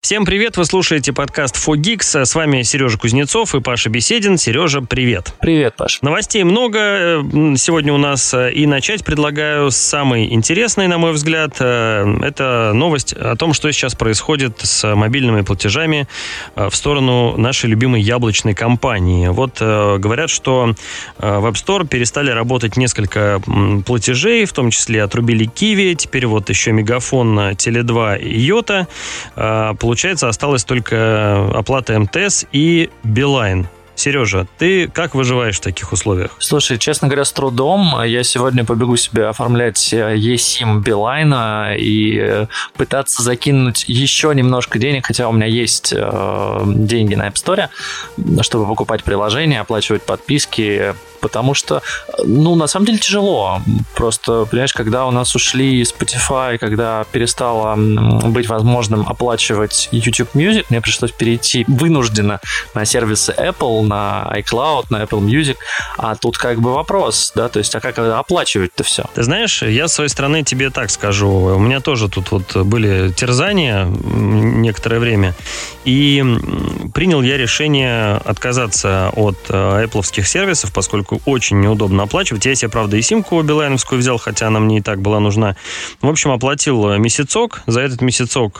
Всем привет, вы слушаете подкаст 4Geeks. С вами Сережа Кузнецов и Паша Беседин. Сережа, привет. Привет, Паш. Новостей много сегодня у нас, и начать предлагаю с самой интересной, на мой взгляд. Это новость о том, что сейчас происходит с мобильными платежами в сторону нашей любимой яблочной компании. Вот говорят, что в App Store перестали работать несколько платежей, в том числе отрубили Киви, теперь вот еще Мегафон, Теле2 и Йота. Получается, осталась только оплата МТС и Билайн. Сережа, ты как выживаешь в таких условиях? Слушай, честно говоря, с трудом. Я сегодня побегу себе оформлять eSIM Билайна и пытаться закинуть еще немножко денег, хотя у меня есть деньги на App Store, чтобы покупать приложения, оплачивать подписки, потому что, на самом деле тяжело. Просто, понимаешь, когда у нас ушли Spotify, когда перестало быть возможным оплачивать YouTube Music, мне пришлось перейти вынужденно на сервисы Apple, на iCloud, на Apple Music. А тут как бы вопрос, да, то есть, а как оплачивать-то все? Ты знаешь, я с своей стороны тебе так скажу. У меня тоже тут вот были терзания некоторое время, и принял я решение отказаться от Apple-овских сервисов, поскольку очень неудобно оплачивать. Я себе, правда, и симку билайновскую взял, хотя она мне и так была нужна. В общем, оплатил месяцок. За этот месяцок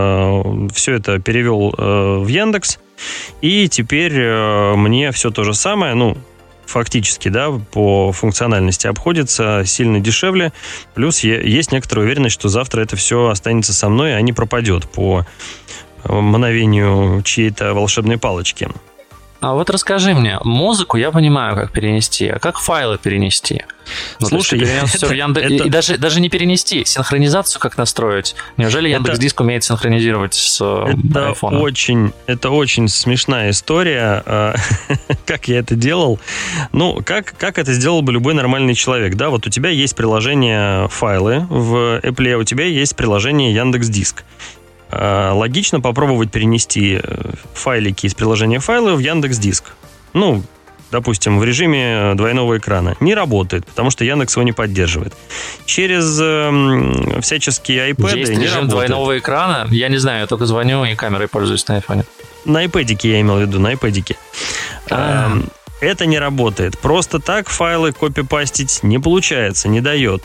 все это перевел в Яндекс. И теперь мне все то же самое, фактически, да, по функциональности обходится сильно дешевле. Плюс есть некоторая уверенность, что завтра это все останется со мной, а не пропадет по мановению чьей-то волшебной палочки. А вот расскажи мне, музыку я понимаю, как перенести, а как файлы перенести? Слушай, и даже не перенести, синхронизацию как настроить? Неужели Яндекс.Диск умеет синхронизировать с iPhone? Это очень смешная история, как я это делал. Как это сделал бы любой нормальный человек, да? Вот у тебя есть приложение файлы в Apple, у тебя есть приложение Яндекс.Диск. Логично попробовать перенести файлики из приложения файлы в Яндекс.Диск. Допустим, в режиме двойного экрана. Не работает, потому что Яндекс его не поддерживает. Через всяческие iPad есть не режим работает. Двойного экрана? Я не знаю, я только звоню и камерой пользуюсь на iPhone. На iPad-ике я имел в виду, на iPad-ике. Это не работает. Просто так файлы копипастить не получается, не дает.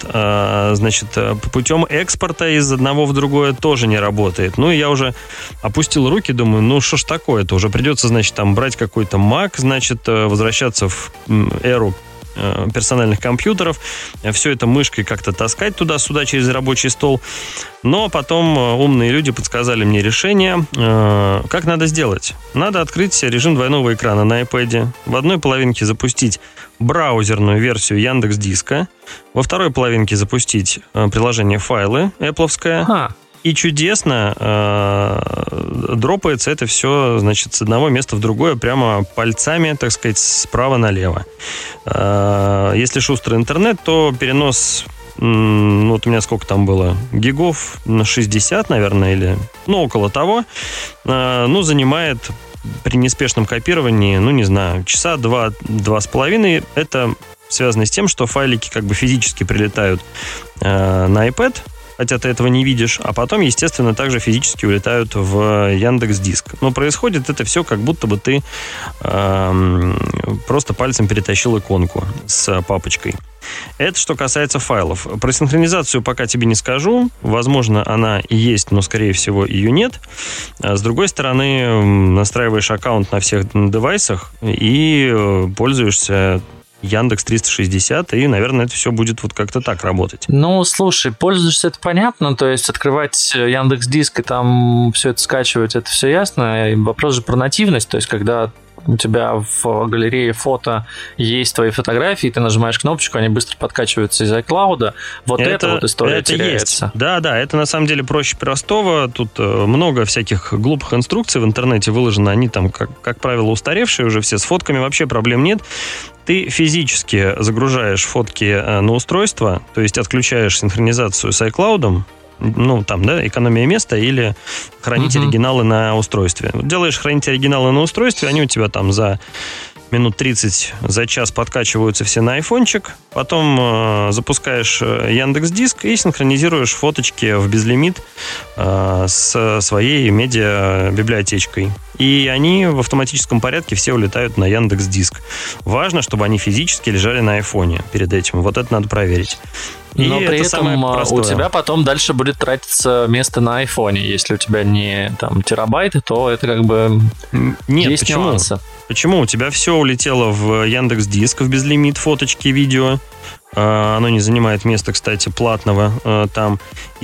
Путем экспорта из одного в другое тоже не работает. И я уже опустил руки, думаю, что ж такое-то? Уже придется, брать какой-то Mac, возвращаться в эру персональных компьютеров, все это мышкой как-то таскать туда-сюда через рабочий стол. Но потом умные люди подсказали мне решение, как надо сделать. Надо открыть режим двойного экрана на iPad, в одной половинке запустить браузерную версию Яндекс.Диска, во второй половинке запустить приложение файлы Apple-овское. И чудесно дропается это все, с одного места в другое, прямо пальцами, так сказать, справа налево. Если шустрый интернет, то перенос, у меня сколько там было, гигов, 60, наверное, или, около того, занимает при неспешном копировании, часа 2-2,5. Это связано с тем, что файлики как бы физически прилетают на iPad, хотя ты этого не видишь, а потом, естественно, также физически улетают в Яндекс.Диск. Но происходит это все, как будто бы ты просто пальцем перетащил иконку с папочкой. Это что касается файлов. Про синхронизацию пока тебе не скажу. Возможно, она и есть, но, скорее всего, ее нет. С другой стороны, настраиваешь аккаунт на всех девайсах и пользуешься Яндекс 360, и, наверное, это все будет вот как-то так работать. Слушай, пользуешься, это понятно, то есть открывать Яндекс.Диск и там все это скачивать, это все ясно. И вопрос же про нативность, то есть когда у тебя в галерее фото есть твои фотографии, ты нажимаешь кнопочку, они быстро подкачиваются из iCloud. Это история теряется. Есть. Да, это на самом деле проще простого. Тут много всяких глупых инструкций в интернете выложено. Они там, как правило, устаревшие уже все. С фотками вообще проблем нет. Ты физически загружаешь фотки на устройство, то есть отключаешь синхронизацию с iCloud, экономия места или хранить оригиналы на устройстве. Делаешь хранить оригиналы на устройстве, они у тебя там за минут 30 за час подкачиваются все на айфончик, потом запускаешь Яндекс.Диск и синхронизируешь фоточки в безлимит с своей медиа-библиотечкой. И они в автоматическом порядке все улетают на Яндекс.Диск. Важно, чтобы они физически лежали на айфоне перед этим. Вот это надо проверить. Но при этом у тебя потом дальше будет тратиться место на айфоне. Если у тебя не там терабайты, то это как бы нет, есть почему? нюансы. Почему? У тебя все улетело в Яндекс.Диск, в безлимит, фоточки, видео. Оно не занимает места, кстати, платного там.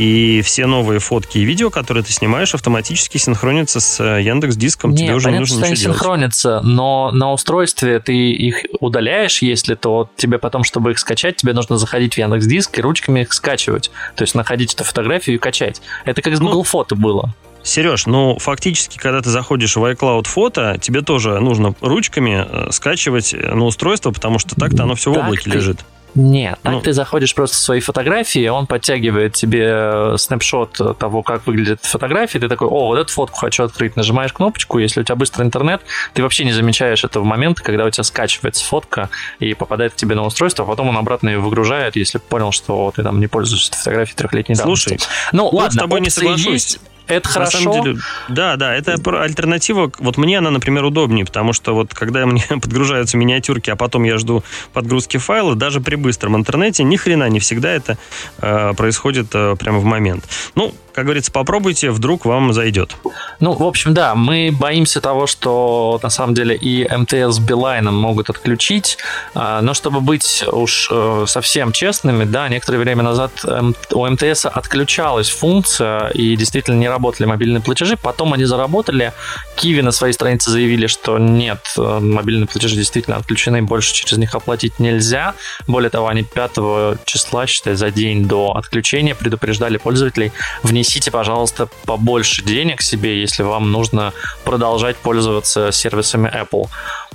И все новые фотки и видео, которые ты снимаешь, автоматически синхронятся с Яндекс.Диском. Тебе уже не нужно ничего делать. Синхронятся, но на устройстве ты их удаляешь, если то тебе потом, чтобы их скачать, тебе нужно заходить в Яндекс.Диск и ручками их скачивать. То есть находить эту фотографию и качать. Это как с Google Фото было. Сереж, фактически, когда ты заходишь в iCloud фото, тебе тоже нужно ручками скачивать на устройство, потому что так-то оно все в облаке лежит. Нет, так ты заходишь просто в свои фотографии, он подтягивает тебе снапшот того, как выглядит фотография, ты такой, вот эту фотку хочу открыть, нажимаешь кнопочку, если у тебя быстрый интернет, ты вообще не замечаешь этого момента, когда у тебя скачивается фотка и попадает к тебе на устройство, а потом он обратно ее выгружает, если понял, что ты там не пользуешься этой фотографией 3-летней давности. Слушай, ладно, с тобой не соглашусь. Это хорошо. На самом деле, да, это альтернатива. Вот мне она, например, удобнее, потому что вот когда мне подгружаются миниатюрки, а потом я жду подгрузки файла, даже при быстром интернете ни хрена не всегда это происходит прямо в момент. Как говорится, попробуйте, вдруг вам зайдет. В общем, да, мы боимся того, что на самом деле и МТС с Билайном могут отключить, но чтобы быть уж совсем честными, да, некоторое время назад у МТС отключалась функция и действительно не работали мобильные платежи, потом они заработали. Киви на своей странице заявили, что нет, мобильные платежи действительно отключены, больше через них оплатить нельзя. Более того, они 5 числа, считай, за день до отключения предупреждали пользователей: внесите, пожалуйста, побольше денег себе, если вам нужно продолжать пользоваться сервисами Apple.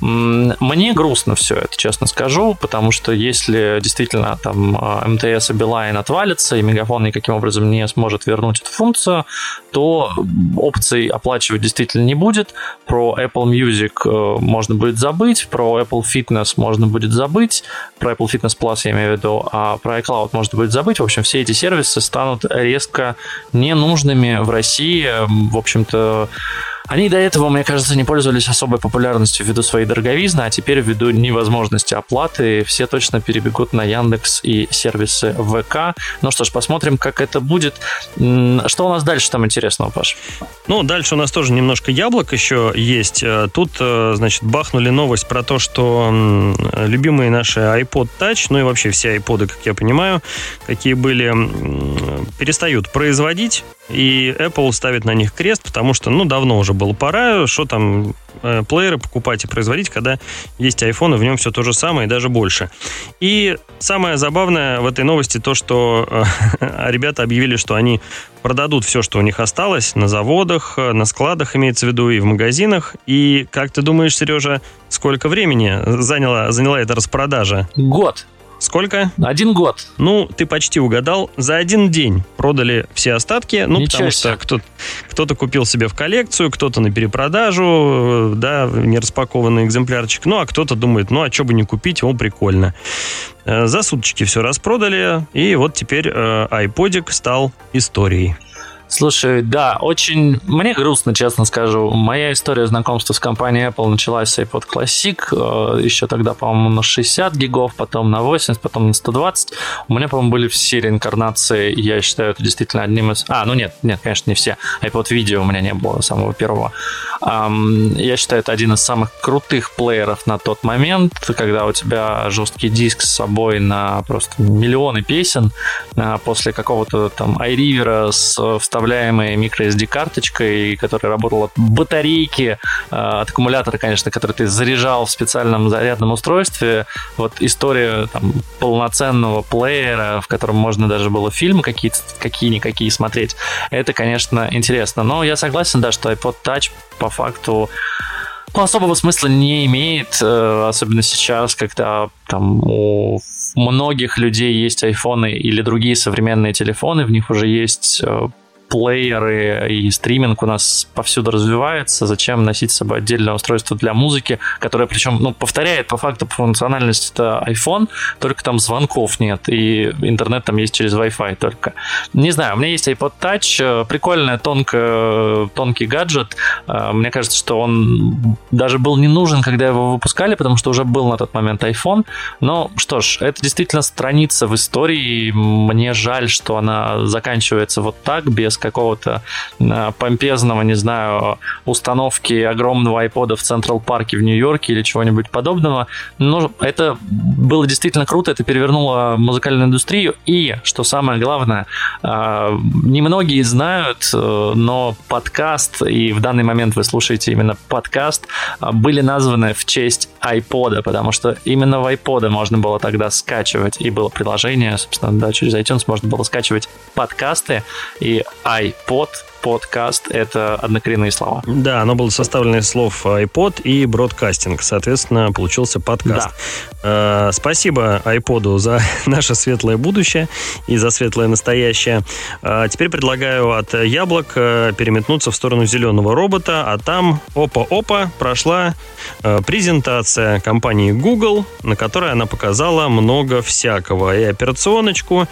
Мне грустно все это, честно скажу, потому что если действительно там МТС и Билайн отвалится, и Мегафон никаким образом не сможет вернуть эту функцию, то опций оплачивать действительно не будет. Про Apple Music можно будет забыть, про Apple Fitness можно будет забыть, про Apple Fitness Plus я имею в виду, а про iCloud можно будет забыть. В общем, все эти сервисы станут резко ненужными в России. В общем-то, они до этого, мне кажется, не пользовались особой популярностью ввиду своей дороговизны, а теперь ввиду невозможности оплаты все точно перебегут на Яндекс и сервисы ВК. Ну что ж, посмотрим, как это будет. Что у нас дальше там интересного, Паш? Дальше у нас тоже немножко яблок еще есть. Тут, значит, бахнули новость про то, что любимые наши iPod Touch, и вообще все iPod'ы, как я понимаю, какие были, перестают производить, и Apple ставит на них крест, потому что, давно уже было пора, что там плееры покупать и производить, когда есть iPhone, и в нем все то же самое, и даже больше. И самое забавное в этой новости то, что ребята объявили, что они продадут все, что у них осталось на заводах, на складах, имеется в виду, и в магазинах. И как ты думаешь, Сережа, сколько времени заняла эта распродажа? Год. Сколько? 1 год. Ты почти угадал. За 1 день продали все остатки. Потому что кто-то купил себе в коллекцию, кто-то на перепродажу, да, нераспакованный экземплярчик. А кто-то думает, а что бы не купить, прикольно. За суточки все распродали, и вот теперь iPodик стал историей. Слушай, да, очень... Мне грустно, честно скажу. Моя история знакомства с компанией Apple началась с iPod Classic. Еще тогда, по-моему, на 60 гигов, потом на 80, потом на 120. У меня, по-моему, были все реинкарнации. Я считаю, это действительно одним из... Нет, конечно, не все. iPod Video у меня не было, самого первого. Я считаю, это один из самых крутых плееров на тот момент, когда у тебя жесткий диск с собой на просто миллионы песен. После какого-то там iRiver с вставляемой microSD-карточкой, которая работала от батарейки, от аккумулятора, конечно, который ты заряжал в специальном зарядном устройстве. Вот история там полноценного плеера, в котором можно даже было фильмы какие-никакие смотреть. Это, конечно, интересно. Но я согласен, да, что iPod Touch по факту особого смысла не имеет, особенно сейчас, когда там у многих людей есть айфоны или другие современные телефоны, в них уже есть плееры и стриминг у нас повсюду развивается. Зачем носить с собой отдельное устройство для музыки, которое, причем, повторяет по факту функциональность это iPhone, только там звонков нет, и интернет там есть через Wi-Fi только. Не знаю, у меня есть iPod Touch, прикольный тонкий гаджет. Мне кажется, что он даже был не нужен, когда его выпускали, потому что уже был на тот момент iPhone. Но что ж, это действительно страница в истории. Мне жаль, что она заканчивается вот так, без какого-то помпезного, не знаю, установки огромного iPod в Централ Парке в Нью-Йорке или чего-нибудь подобного. Но это было действительно круто, это перевернуло музыкальную индустрию. И, что самое главное, немногие знают, но подкаст, и в данный момент вы слушаете именно подкаст, были названы в честь iPod, потому что именно в iPod можно было тогда скачивать, и было приложение, собственно, да, через iTunes можно было скачивать подкасты, и iPod, подкаст — это однокоренные слова. Да, оно было составлено из слов iPod и бродкастинг, соответственно, получился подкаст. Да. Спасибо iPod'у за наше светлое будущее и за светлое настоящее. Теперь предлагаю от яблок переметнуться в сторону зеленого робота, а там, опа-опа, прошла презентация компании Google, на которой она показала много всякого. И операционочку,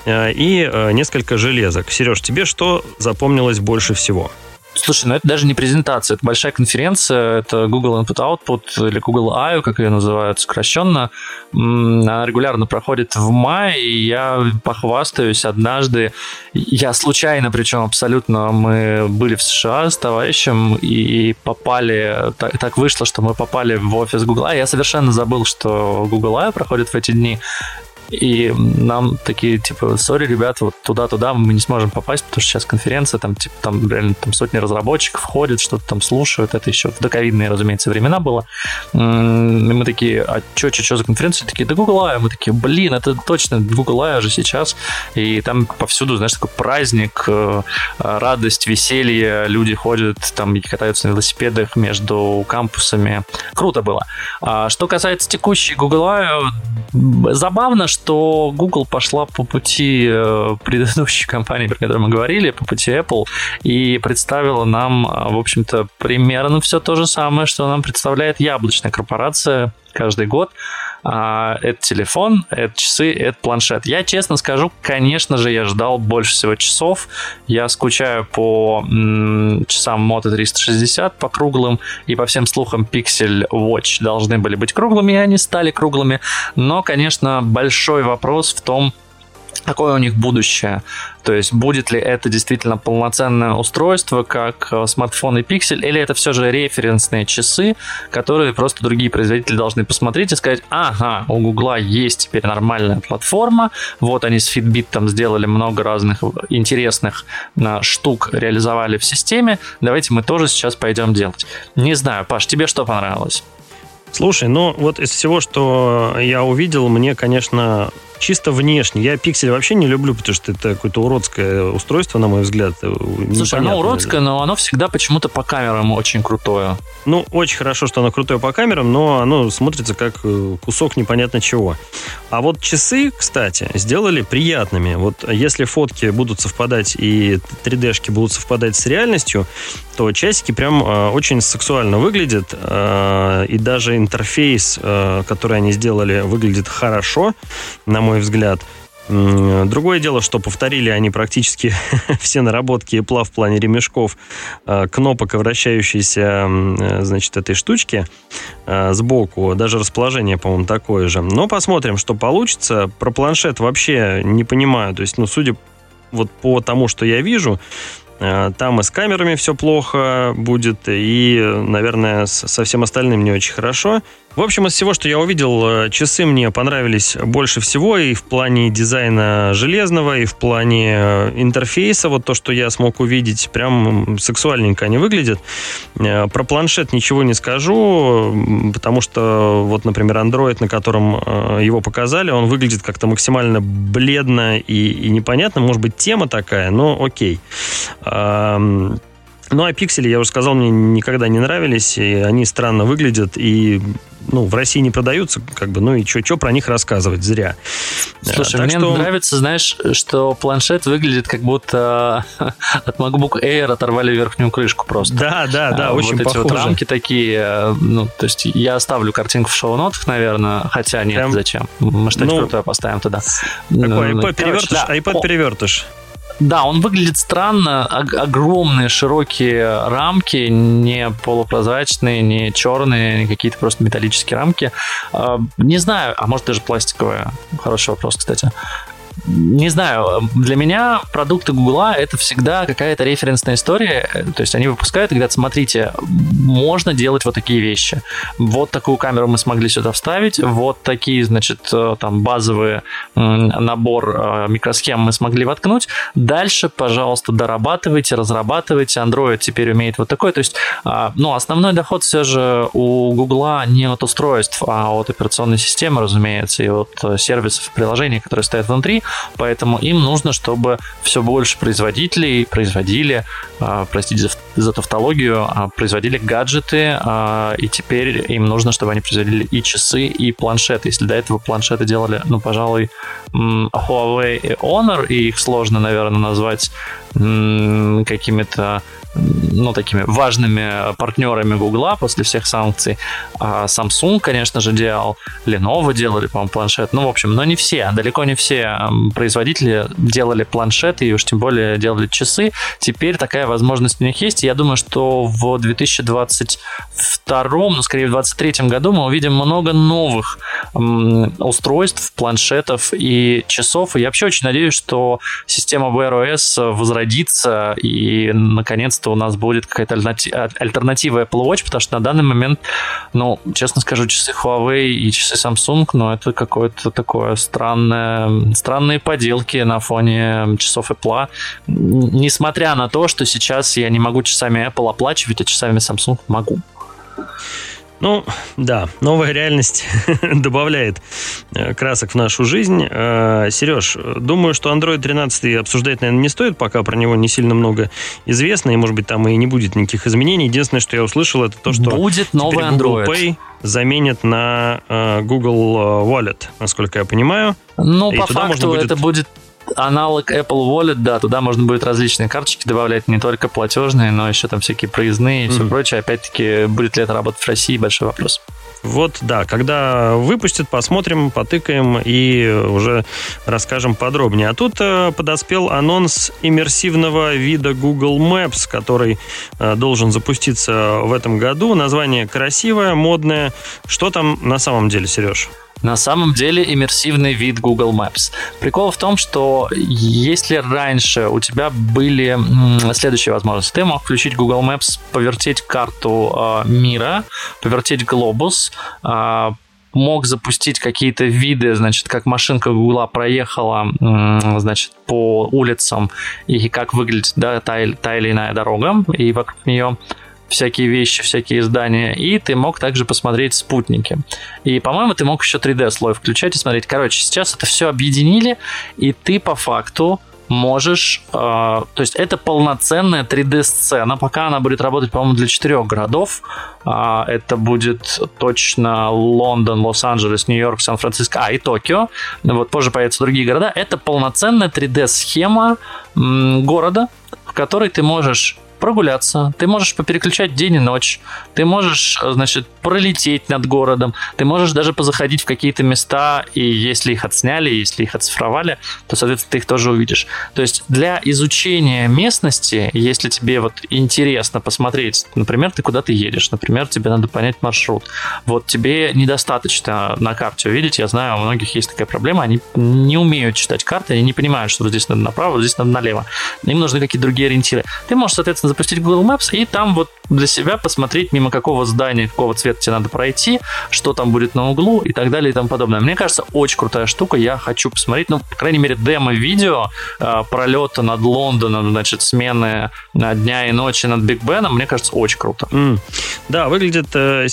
и несколько железок. Сереж, тебе что запомнилось больше всего? Слушай, это даже не презентация, это большая конференция, это Google Input-Output или Google I/O, как ее называют сокращенно. Она регулярно проходит в мае, и я похвастаюсь, однажды, я случайно, причем абсолютно, мы были в США с товарищем и попали, так вышло, что мы попали в офис Google I. Я совершенно забыл, что Google I проходит в эти дни. И нам такие, сори, ребята, вот туда-туда мы не сможем попасть, потому что сейчас конференция, там реально сотни разработчиков ходят, что-то там слушают. Это еще в доковидные, разумеется, времена было. И мы такие, а что за конференция? Такие, да Google I. Мы такие, блин, это точно Google I же сейчас. И там повсюду, знаешь, такой праздник, радость, веселье. Люди ходят, там катаются на велосипедах между кампусами. Круто было. А что касается текущей Google I, забавно, что Google пошла по пути предыдущей компании, про которую мы говорили, по пути Apple, и представила нам, в общем-то, примерно все то же самое, что нам представляет яблочная корпорация каждый год. Это телефон, это часы, это планшет. Я честно скажу, конечно же, я ждал больше всего часов. Я скучаю по часам Moto 360, по круглым, и по всем слухам Pixel Watch должны были быть круглыми, и они стали круглыми. Но, конечно, большой вопрос в том, какое у них будущее. То есть, будет ли это действительно полноценное устройство, как смартфон и Pixel, или это все же референсные часы, которые просто другие производители должны посмотреть и сказать, ага, у Гугла есть теперь нормальная платформа, вот они с Fitbit там сделали много разных интересных штук, реализовали в системе, давайте мы тоже сейчас пойдем делать. Не знаю, Паш, тебе что понравилось? Слушай, вот из всего, что я увидел, мне, конечно, чисто внешне. Я Pixel вообще не люблю, потому что это какое-то уродское устройство, на мой взгляд. Слушай, оно уродское, но оно всегда почему-то по камерам очень крутое. Очень хорошо, что оно крутое по камерам, но оно смотрится как кусок непонятно чего. А вот часы, кстати, сделали приятными. Вот если фотки будут совпадать и 3D-шки будут совпадать с реальностью, то часики прям очень сексуально выглядят. И даже интерфейс, который они сделали, выглядит хорошо, на мой взгляд. Другое дело, что повторили они практически все наработки Apple в плане ремешков, кнопок и вращающейся, значит, этой штучки сбоку. Даже расположение, по-моему, такое же. Но посмотрим, что получится. Про планшет вообще не понимаю. То есть, судя вот по тому, что я вижу, там и с камерами все плохо будет, и, наверное, со всем остальным не очень хорошо. В общем, из всего, что я увидел, часы мне понравились больше всего и в плане дизайна железного, и в плане интерфейса. Вот то, что я смог увидеть, прям сексуальненько они выглядят. Про планшет ничего не скажу, потому что, вот, например, Android, на котором его показали, он выглядит как-то максимально бледно и непонятно. Может быть, тема такая, но окей. Ну, а пиксели, я уже сказал, мне никогда не нравились, и они странно выглядят, и в России не продаются, и что про них рассказывать, зря. Слушай, мне нравится, знаешь, что планшет выглядит как будто от MacBook Air оторвали верхнюю крышку просто. Да, очень похоже. Вот эти вот рамки такие, то есть я оставлю картинку в шоу-нотах, наверное, хотя нет, прям... зачем? Мы что-то крутое поставим туда. Такой iPad-перевертыш. Да, он выглядит странно. Огромные широкие рамки, не полупрозрачные, не черные, не какие-то просто металлические рамки. Не знаю, а может даже пластиковые. Хороший вопрос, кстати. Не знаю, для меня продукты Гугла — это всегда какая-то референсная история. То есть они выпускают и говорят: смотрите, можно делать вот такие вещи. Вот такую камеру мы смогли сюда вставить, вот такие, значит, там базовый набор микросхем мы смогли воткнуть. Дальше, пожалуйста, дорабатывайте, разрабатывайте. Android теперь умеет вот такой. То есть, основной доход все же у Гугла не от устройств, а от операционной системы, разумеется, и от сервисов, приложений, которые стоят внутри. Поэтому им нужно, чтобы все больше производителей производили, простите за тавтологию, производили гаджеты, и теперь им нужно, чтобы они производили и часы, и планшеты. Если до этого планшеты делали, пожалуй, Huawei и Honor, и их сложно, наверное, назвать какими-то такими важными партнерами Гугла после всех санкций. Samsung, конечно же, делал, Lenovo делали, по-моему, планшет. Но не все, далеко не все производители делали планшеты и уж тем более делали часы. Теперь такая возможность у них есть. И я думаю, что в 2022, скорее в 2023 году мы увидим много новых устройств, планшетов и часов. И я вообще очень надеюсь, что система Wear OS возродится и, наконец-то, у нас будет какая-то альтернатива Apple Watch, потому что на данный момент, честно скажу, часы Huawei и часы Samsung, это какое-то такое странные поделки на фоне часов Apple. Несмотря на то, что сейчас я не могу часами Apple оплачивать, а часами Samsung могу. Да, новая реальность добавляет красок в нашу жизнь. Сереж, думаю, что Android 13 обсуждать, наверное, не стоит, пока про него не сильно много известно, и, может быть, там и не будет никаких изменений. Единственное, что я услышал, это то, что будет новый Google Android. Pay заменят на Google Wallet, насколько я понимаю. По факту это будет аналог Apple Wallet, да, туда можно будет различные карточки добавлять, не только платежные, но еще там всякие проездные и все прочее. Опять-таки, будет ли это работать в России, большой вопрос. Вот, да, когда выпустят, посмотрим, потыкаем и уже расскажем подробнее. А тут подоспел анонс иммерсивного вида Google Maps, который должен запуститься в этом году. Название красивое, модное. Что там на самом деле, Сереж? На самом деле иммерсивный вид Google Maps. Прикол в том, что если раньше у тебя были следующие возможности. Ты мог включить Google Maps, повертеть карту мира, повертеть глобус, мог запустить какие-то виды, значит, как машинка Гугла проехала, значит, по улицам и как выглядит, да, та или иная дорога, и вокруг нее всякие вещи, всякие здания, и ты мог также посмотреть спутники. И, по-моему, ты мог еще 3D-слой включать и смотреть. Короче, сейчас это все объединили, и ты по факту можешь... то есть это полноценная 3D-сцена. Пока она будет работать, по-моему, для 4 городов. Это будет точно Лондон, Лос-Анджелес, Нью-Йорк, Сан-Франциско, и Токио. Вот позже появятся другие города. Это полноценная 3D-схема города, в которой ты можешь прогуляться, ты можешь попереключать день и ночь, ты можешь, значит, пролететь над городом, ты можешь даже позаходить в какие-то места, и если их отсняли, если их оцифровали, то, соответственно, ты их тоже увидишь. То есть для изучения местности, если тебе вот интересно посмотреть, например, ты куда-то едешь, например, тебе надо понять маршрут, вот тебе недостаточно на карте увидеть, я знаю, у многих есть такая проблема, они не умеют читать карты, они не понимают, что вот здесь надо направо, вот здесь надо налево, им нужны какие-то другие ориентиры. Ты можешь, соответственно, запустить Google Maps, и там вот для себя посмотреть, мимо какого здания, какого цвета тебе надо пройти, что там будет на углу и так далее и тому подобное. Мне кажется, очень крутая штука, я хочу посмотреть, ну, по крайней мере, демо-видео пролета над Лондоном, значит, смены дня и ночи над Биг Беном, мне кажется, очень круто. Да, выглядит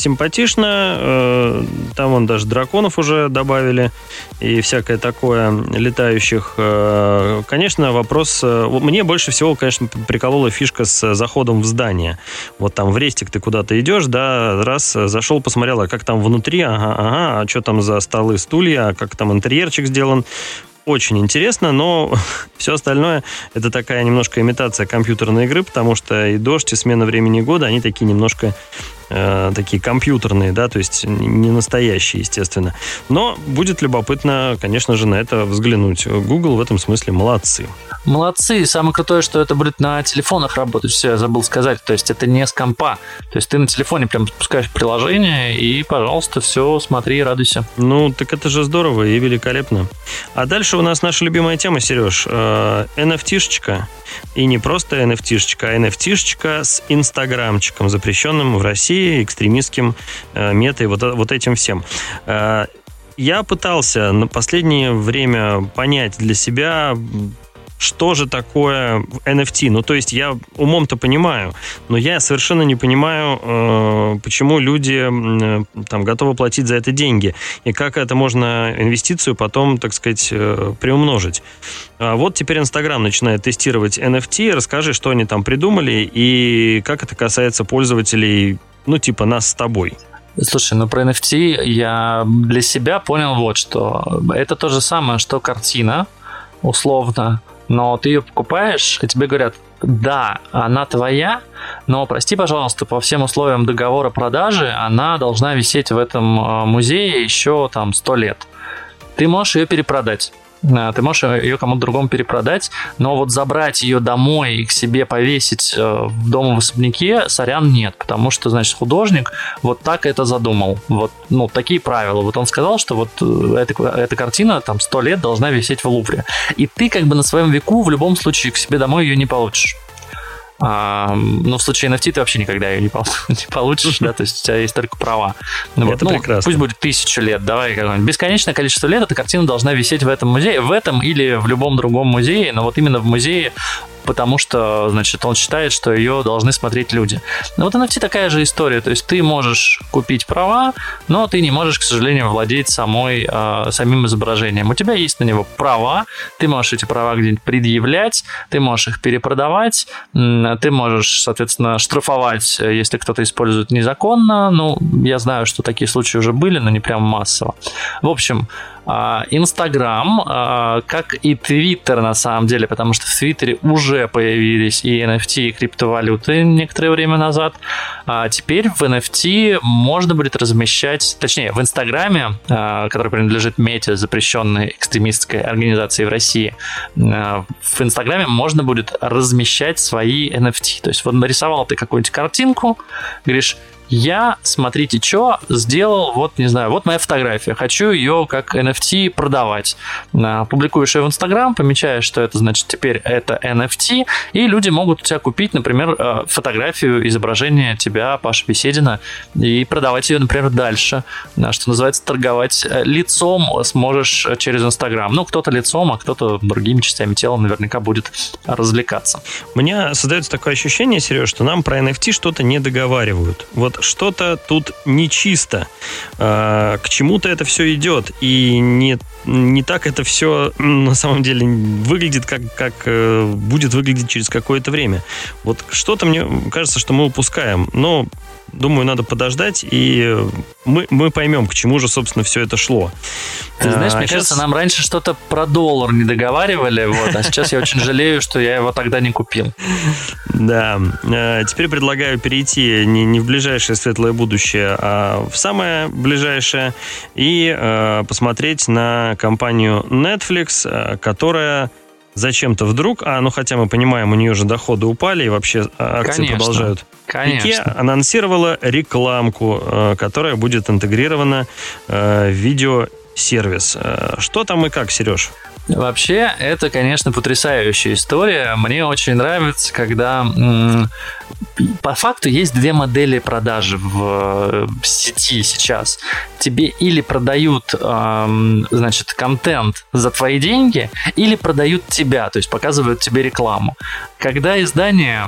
симпатично, там вон даже драконов уже добавили и всякое такое, летающих. Конечно, вопрос, мне больше всего, конечно, приколола фишка с заходом в здание. Вот там в рестик ты куда-то идешь, да, раз зашел, посмотрел, а как там внутри, а что там за столы, стулья, а как там интерьерчик сделан. Очень интересно, но все остальное это такая немножко имитация компьютерной игры, потому что и дождь, и смена времени года, они такие немножко такие компьютерные, да, то есть не настоящие, естественно. Но будет любопытно, конечно же, на это взглянуть. Google в этом смысле молодцы. Молодцы. Самое крутое, что это будет на телефонах работать. Все, я забыл сказать. То есть это не с компа. То есть ты на телефоне прям запускаешь приложение и, пожалуйста, все, смотри и радуйся. Ну, так это же здорово и великолепно. А дальше у нас наша любимая тема, Сереж. NFT-шечка. И не просто NFT-шечка, а NFT-шечка с инстаграмчиком, запрещенным в России, экстремистским метой, вот этим всем. Я пытался на последнее время понять для себя, что же такое NFT. Ну, то есть я умом-то понимаю, но я совершенно не понимаю, почему люди там готовы платить за это деньги, и как это можно инвестицию потом, так сказать, приумножить. А вот теперь Инстаграм начинает тестировать NFT. Расскажи, что они там придумали, и как это касается пользователей, ну, типа нас с тобой. Слушай, ну про NFT я для себя понял вот что. Это то же самое, что картина, условно, но ты ее покупаешь, и тебе говорят, да, она твоя, но, прости, пожалуйста, по всем условиям договора продажи она должна висеть в этом музее еще там 100 лет. Ты можешь ее перепродать. Ты можешь ее кому-то другому перепродать, но вот забрать ее домой и к себе повесить в дом в особняке, сорян, нет, потому что, значит, художник вот так это задумал. Вот, ну, такие правила. Вот он сказал, что вот эта картина там 100 лет должна висеть в Лувре. И ты как бы на своем веку в любом случае к себе домой ее не получишь. Но в случае NFT ты вообще никогда ее не получишь, да, то есть у тебя есть только права. Это прекрасно. Пусть будет 1000 лет, давай какое-нибудь бесконечное количество лет эта картина должна висеть в этом музее, в этом или в любом другом музее, но вот именно в музее, потому что, значит, он считает, что ее должны смотреть люди. Но вот NFT такая же история, то есть ты можешь купить права, но ты не можешь, к сожалению, владеть самим изображением. У тебя есть на него права, ты можешь эти права где-нибудь предъявлять, ты можешь их перепродавать, ты можешь, соответственно, штрафовать, если кто-то использует незаконно. Ну, я знаю, что такие случаи уже были, но не прям массово. В общем, Инстаграм, как и Твиттер на самом деле, потому что в Твиттере уже появились и NFT, и криптовалюты некоторое время назад. Теперь в NFT можно будет размещать, точнее, в Инстаграме, который принадлежит Мете, запрещенной экстремистской организации в России, в Инстаграме можно будет размещать свои NFT. То есть вот нарисовал ты какую-нибудь картинку, говоришь, я, смотрите, что сделал, вот, не знаю, вот моя фотография, хочу ее как NFT продавать. Публикуешь ее в Инстаграм, помечаешь, что это, значит, теперь это NFT, и люди могут у тебя купить, например, фотографию, изображение тебя, Паши Беседина, и продавать ее, например, дальше. Что называется, торговать лицом сможешь через Инстаграм. Ну, кто-то лицом, а кто-то другими частями тела наверняка будет развлекаться. У меня создается такое ощущение, Сереж, что нам про NFT что-то не договаривают. Вот что-то тут нечисто. К чему-то это все идет. И не так это все на самом деле выглядит, как будет выглядеть через какое-то время. Вот что-то мне кажется, что мы упускаем. Но думаю, надо подождать, и мы поймем, к чему же, собственно, все это шло. Ты знаешь, мне кажется, нам раньше что-то про доллар не договаривали, вот, а сейчас я очень жалею, что я его тогда не купил. Да. Теперь предлагаю перейти не в ближайшее светлое будущее, а в самое ближайшее, и посмотреть на компанию Netflix, которая зачем-то вдруг, хотя мы понимаем, у нее же доходы упали, и вообще акции продолжают идти, анонсировала рекламку, которая будет интегрирована в видеосервис. Что там и как, Сереж? Вообще, это, конечно, потрясающая история. Мне очень нравится, когда по факту есть две модели продажи в сети сейчас. Тебе или продают, значит, контент за твои деньги, или продают тебя, то есть показывают тебе рекламу. Когда издание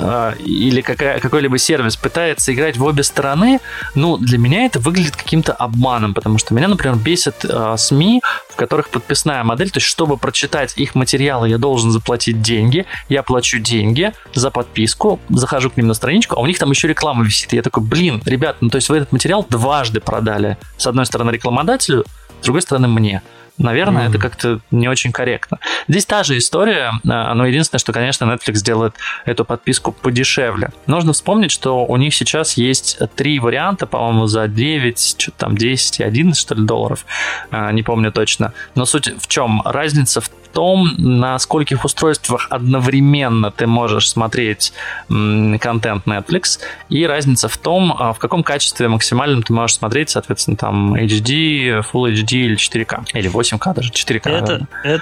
или какой-либо сервис пытается играть в обе стороны, ну, для меня это выглядит каким-то обманом, потому что меня, например, бесит СМИ, в которых подписная модель, то есть чтобы прочитать их материалы, я должен заплатить деньги, я плачу деньги за подписку, захожу к ним на страничку, а у них там еще реклама висит, и я такой, блин, ребят, ну то есть вы этот материал дважды продали, с одной стороны рекламодателю, с другой стороны мне. Наверное, это как-то не очень корректно. Здесь та же история, но единственное, что, конечно, Netflix делает эту подписку подешевле. Нужно вспомнить, что у них сейчас есть 3 варианта, по-моему, за 9, что-то там 10 и 11, что ли, долларов, не помню точно. Но суть в чем? Разница в том, на скольких устройствах одновременно ты можешь смотреть контент Netflix, и разница в том, в каком качестве максимальном ты можешь смотреть, соответственно, там HD, Full HD или 4K, или 8K даже, 4K.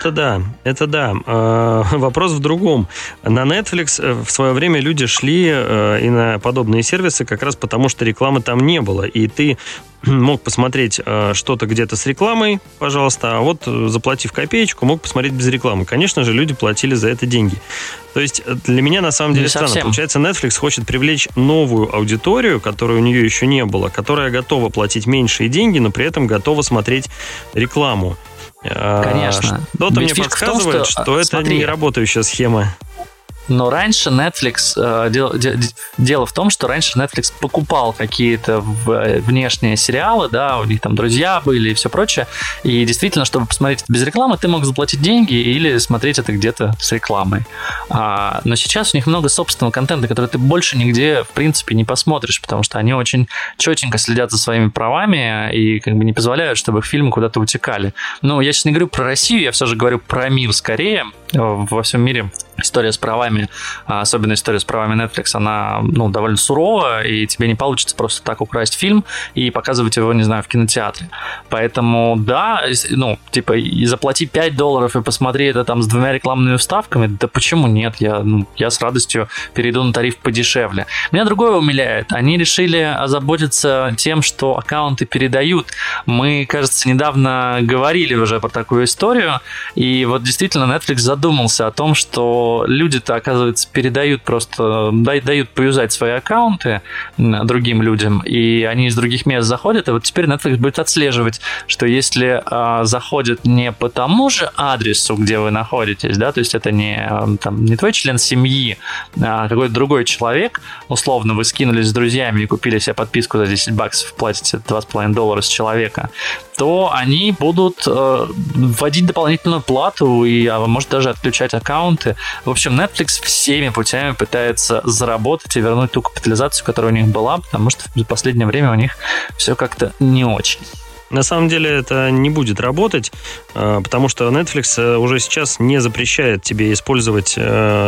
Это да. Вопрос в другом. На Netflix в свое время люди шли и на подобные сервисы как раз потому, что рекламы там не было, и ты мог посмотреть что-то где-то с рекламой, пожалуйста, а вот заплатив копеечку, мог посмотреть без рекламы. Конечно же, люди платили за это деньги. То есть для меня на самом деле странно. Получается, Netflix хочет привлечь новую аудиторию, которой у нее еще не было, которая готова платить меньшие деньги, но при этом готова смотреть рекламу. Конечно. Что-то мне подсказывает, что это не работающая схема. Но раньше Netflix... Дело в том, что раньше Netflix покупал какие-то внешние сериалы, да, у них там друзья были и все прочее, и действительно, чтобы посмотреть это без рекламы, ты мог заплатить деньги или смотреть это где-то с рекламой. Но сейчас у них много собственного контента, который ты больше нигде, в принципе, не посмотришь, потому что они очень четенько следят за своими правами и как бы не позволяют, чтобы их фильмы куда-то утекали. Но я сейчас не говорю про Россию, я все же говорю про мир скорее. Во всем мире история с правами, особенно история с правами Netflix, она довольно сурова, и тебе не получится просто так украсть фильм и показывать его, не знаю, в кинотеатре. Поэтому, да, и заплати $5 и посмотри это там с 2 рекламными вставками, да почему нет? Я с радостью перейду на тариф подешевле. Меня другое умиляет. Они решили озаботиться тем, что аккаунты передают. Мы, кажется, недавно говорили уже про такую историю, и вот действительно Netflix задумался о том, что люди-то, оказывается, передают просто, дают поюзать свои аккаунты другим людям, и они из других мест заходят, и вот теперь Netflix будет отслеживать, что если заходят не по тому же адресу, где вы находитесь, да, то есть это не твой член семьи, а какой-то другой человек, условно, вы скинулись с друзьями и купили себе подписку за $10, платите $2,5 с человека, то они будут вводить дополнительную плату и, может, даже отключать аккаунты. В общем, Netflix всеми путями пытается заработать и вернуть ту капитализацию, которая у них была, потому что в последнее время у них все как-то не очень. На самом деле это не будет работать, потому что Netflix уже сейчас не запрещает тебе использовать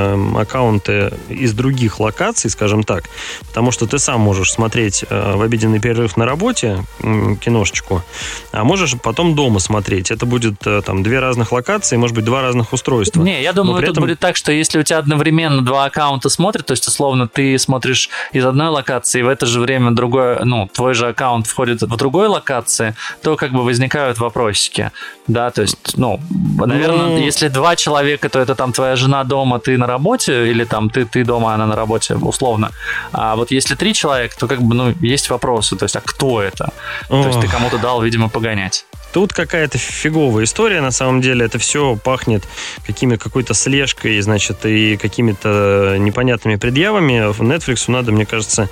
аккаунты из других локаций, скажем так, потому что ты сам можешь смотреть в обеденный перерыв на работе киношечку, а можешь потом дома смотреть. Это будет там 2 разных локации, может быть, 2 разных устройства. Не, я думаю, тут будет так, что если у тебя одновременно 2 аккаунта смотрят, то есть, условно, ты смотришь из одной локации, и в это же время твой же аккаунт входит в другой локации, то как бы возникают вопросики, да, то есть, наверное, если 2 человека, то это там твоя жена дома, ты на работе, или там ты дома, она на работе, условно, а вот если 3 человека, то как бы, есть вопросы, то есть, а кто это? То есть, ты кому-то дал, видимо, погонять. Тут какая-то фиговая история, на самом деле. Это все пахнет какой-то слежкой, значит, и какими-то непонятными предъявами. Netflix надо, мне кажется,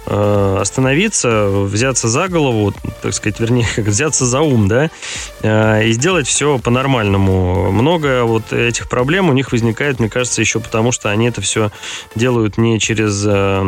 остановиться, взяться за голову, так сказать, вернее, взяться за ум, да, и сделать все по-нормальному. Много вот этих проблем у них возникает, мне кажется, еще потому, что они это все делают не через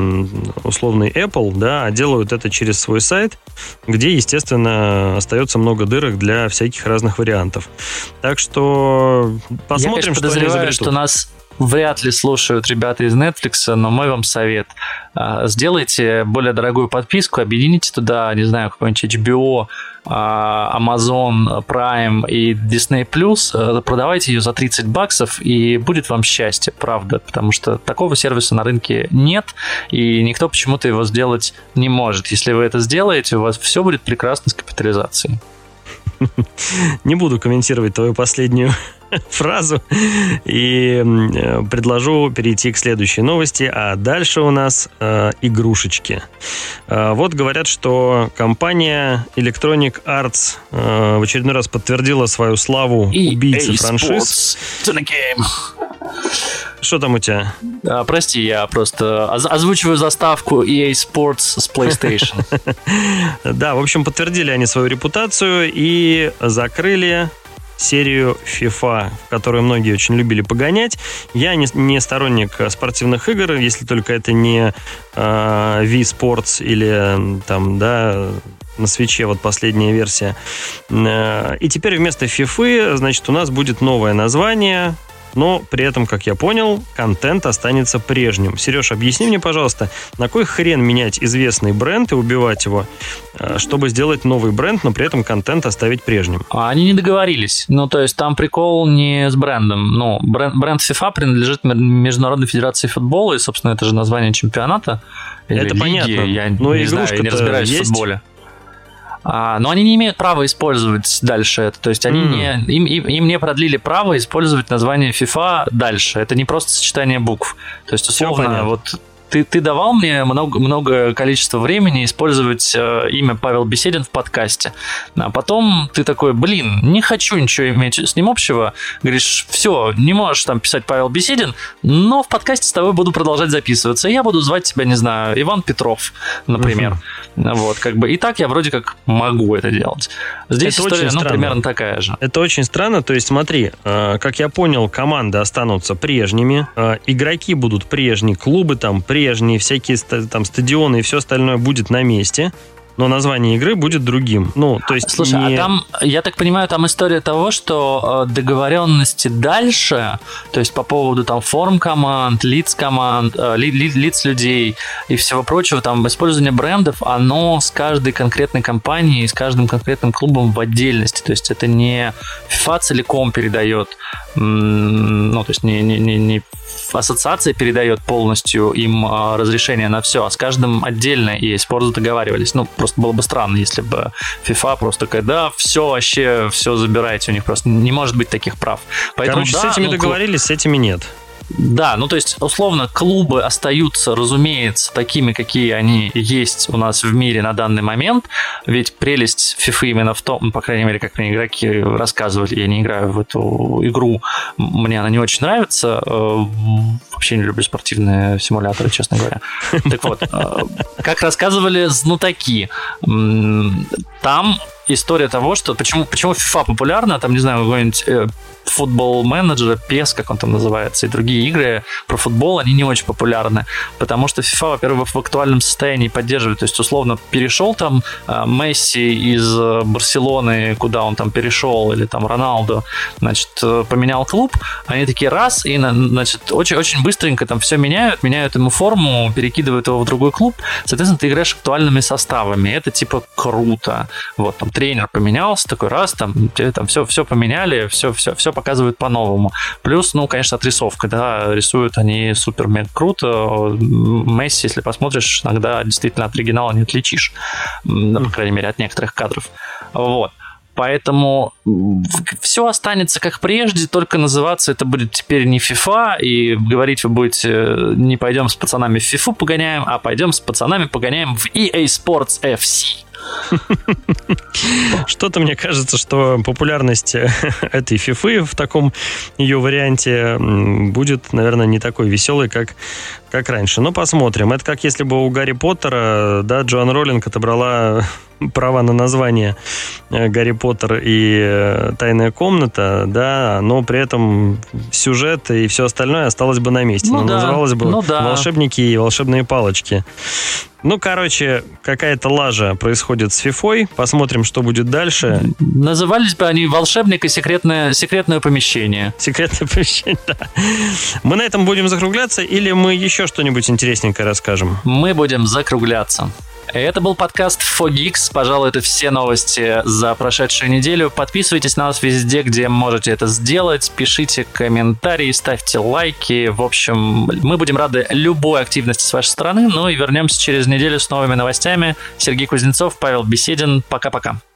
условный Apple, да, а делают это через свой сайт, где, естественно, остается много дырок для всяких разных вариантов. Так что посмотрим, что они изобретут. Что вряд ли слушают ребята из Netflix, но мой вам совет. Сделайте более дорогую подписку, объедините туда, не знаю, какой-нибудь HBO, Amazon Prime и Disney+, продавайте ее за $30, и будет вам счастье, правда, потому что такого сервиса на рынке нет, и никто почему-то его сделать не может. Если вы это сделаете, у вас все будет прекрасно с капитализацией. Не буду комментировать твою последнюю фразу и предложу перейти к следующей новости. А дальше у нас игрушечки. Вот говорят, что компания Electronic Arts в очередной раз подтвердила свою славу убийцы франшиз. Что там у тебя? Прости, я просто озвучиваю заставку EA Sports с PlayStation. Да, в общем, подтвердили они свою репутацию и закрыли серию FIFA, в которую многие очень любили погонять. Я не сторонник спортивных игр, если только это не Wii Sports или там, да, на свитче вот последняя версия. И теперь вместо FIFA, значит, у нас будет новое название, но при этом, как я понял, контент останется прежним. Сереж, объясни мне, пожалуйста, на кой хрен менять известный бренд и убивать его, чтобы сделать новый бренд, но при этом контент оставить прежним? Они не договорились. Ну, то есть там прикол не с брендом. Ну, бренд FIFA принадлежит Международной Федерации футбола, и, собственно, это же название чемпионата. Это лиги. понятно. Я не знаю, я не разбираюсь в футболе. Но они не имеют права использовать дальше это. То есть они им не продлили право использовать название FIFA дальше. Это не просто сочетание букв. То есть, условно, вот ты давал мне много количества времени использовать имя Павел Беседин в подкасте. А потом ты такой, не хочу ничего иметь с ним общего. Говоришь, все, не можешь там писать Павел Беседин, но в подкасте с тобой буду продолжать записываться. И я буду звать тебя, не знаю, Иван Петров, например. Вот, как бы. И так я вроде как могу это делать. Здесь это история, примерно такая же. Это очень странно. То есть, смотри, как я понял, команды останутся прежними, игроки будут прежние, клубы там прежние, всякие там стадионы и все остальное будет на месте, но название игры будет другим. Ну, то есть слушай, а там, я так понимаю, там история того, что договоренности дальше, то есть по поводу там форм команд, лиц команд, лиц людей и всего прочего, там использование брендов, оно с каждой конкретной компанией, с каждым конкретным клубом в отдельности. То есть это не FIFA целиком передает, ну, то есть не ассоциация передает полностью им разрешение на все, а с каждым отдельно, и Sports договаривались. Ну, просто было бы странно, если бы FIFA просто такая, да, все вообще, все забирайте, у них просто не может быть таких прав. Поэтому, короче, с этими договорились, с этими нет. Да, ну то есть, условно, клубы остаются, разумеется, такими, какие они есть у нас в мире на данный момент, ведь прелесть FIFA именно в том, по крайней мере, как мне игроки рассказывали, я не играю в эту игру, мне она не очень нравится, вообще не люблю спортивные симуляторы, честно говоря. Так вот, как рассказывали знатоки, там история того, что почему FIFA популярна, там, не знаю, какой-нибудь футбол-менеджер, PES, как он там называется, и другие игры про футбол, они не очень популярны, потому что FIFA, во-первых, в актуальном состоянии поддерживает, то есть, условно, перешел там Месси из Барселоны, куда он там перешел, или там Роналду, значит, поменял клуб, они такие раз, и, значит, очень быстренько там все меняют ему форму, перекидывают его в другой клуб, соответственно, ты играешь актуальными составами, это типа круто, вот, там тренер поменялся, такой раз, там, тебе там все поменяли, все показывают по-новому. Плюс, ну, конечно, отрисовка, да, рисуют они супер-мега круто. Месси, если посмотришь, иногда действительно от оригинала не отличишь, по крайней мере, от некоторых кадров. Вот. Поэтому все останется как прежде, только называться это будет теперь не FIFA, и говорить вы будете не пойдем с пацанами в FIFA погоняем, а пойдем с пацанами погоняем в EA Sports FC. Что-то мне кажется, что популярность этой FIFA в таком ее варианте будет, наверное, не такой веселой, как как раньше. Но посмотрим. Это как если бы у Гарри Поттера, да, Джоан Роулинг отобрала права на название Гарри Поттер и Тайная комната, да, но при этом сюжет и все остальное осталось бы на месте. Ну, да. Называлось бы Ну, да. «Волшебники и волшебные палочки». Ну, короче, какая-то лажа происходит с Фифой. Посмотрим, что будет дальше. Назывались бы они «Волшебник и секретное помещение». Секретное помещение, да. Мы на этом будем закругляться или мы еще что-нибудь интересненькое расскажем? Мы будем закругляться. Это был подкаст 4Geeks. Пожалуй, это все новости за прошедшую неделю. Подписывайтесь на нас везде, где можете это сделать. Пишите комментарии, ставьте лайки. В общем, мы будем рады любой активности с вашей стороны. Ну и вернемся через неделю с новыми новостями. Сергей Кузнецов, Павел Беседин. Пока-пока.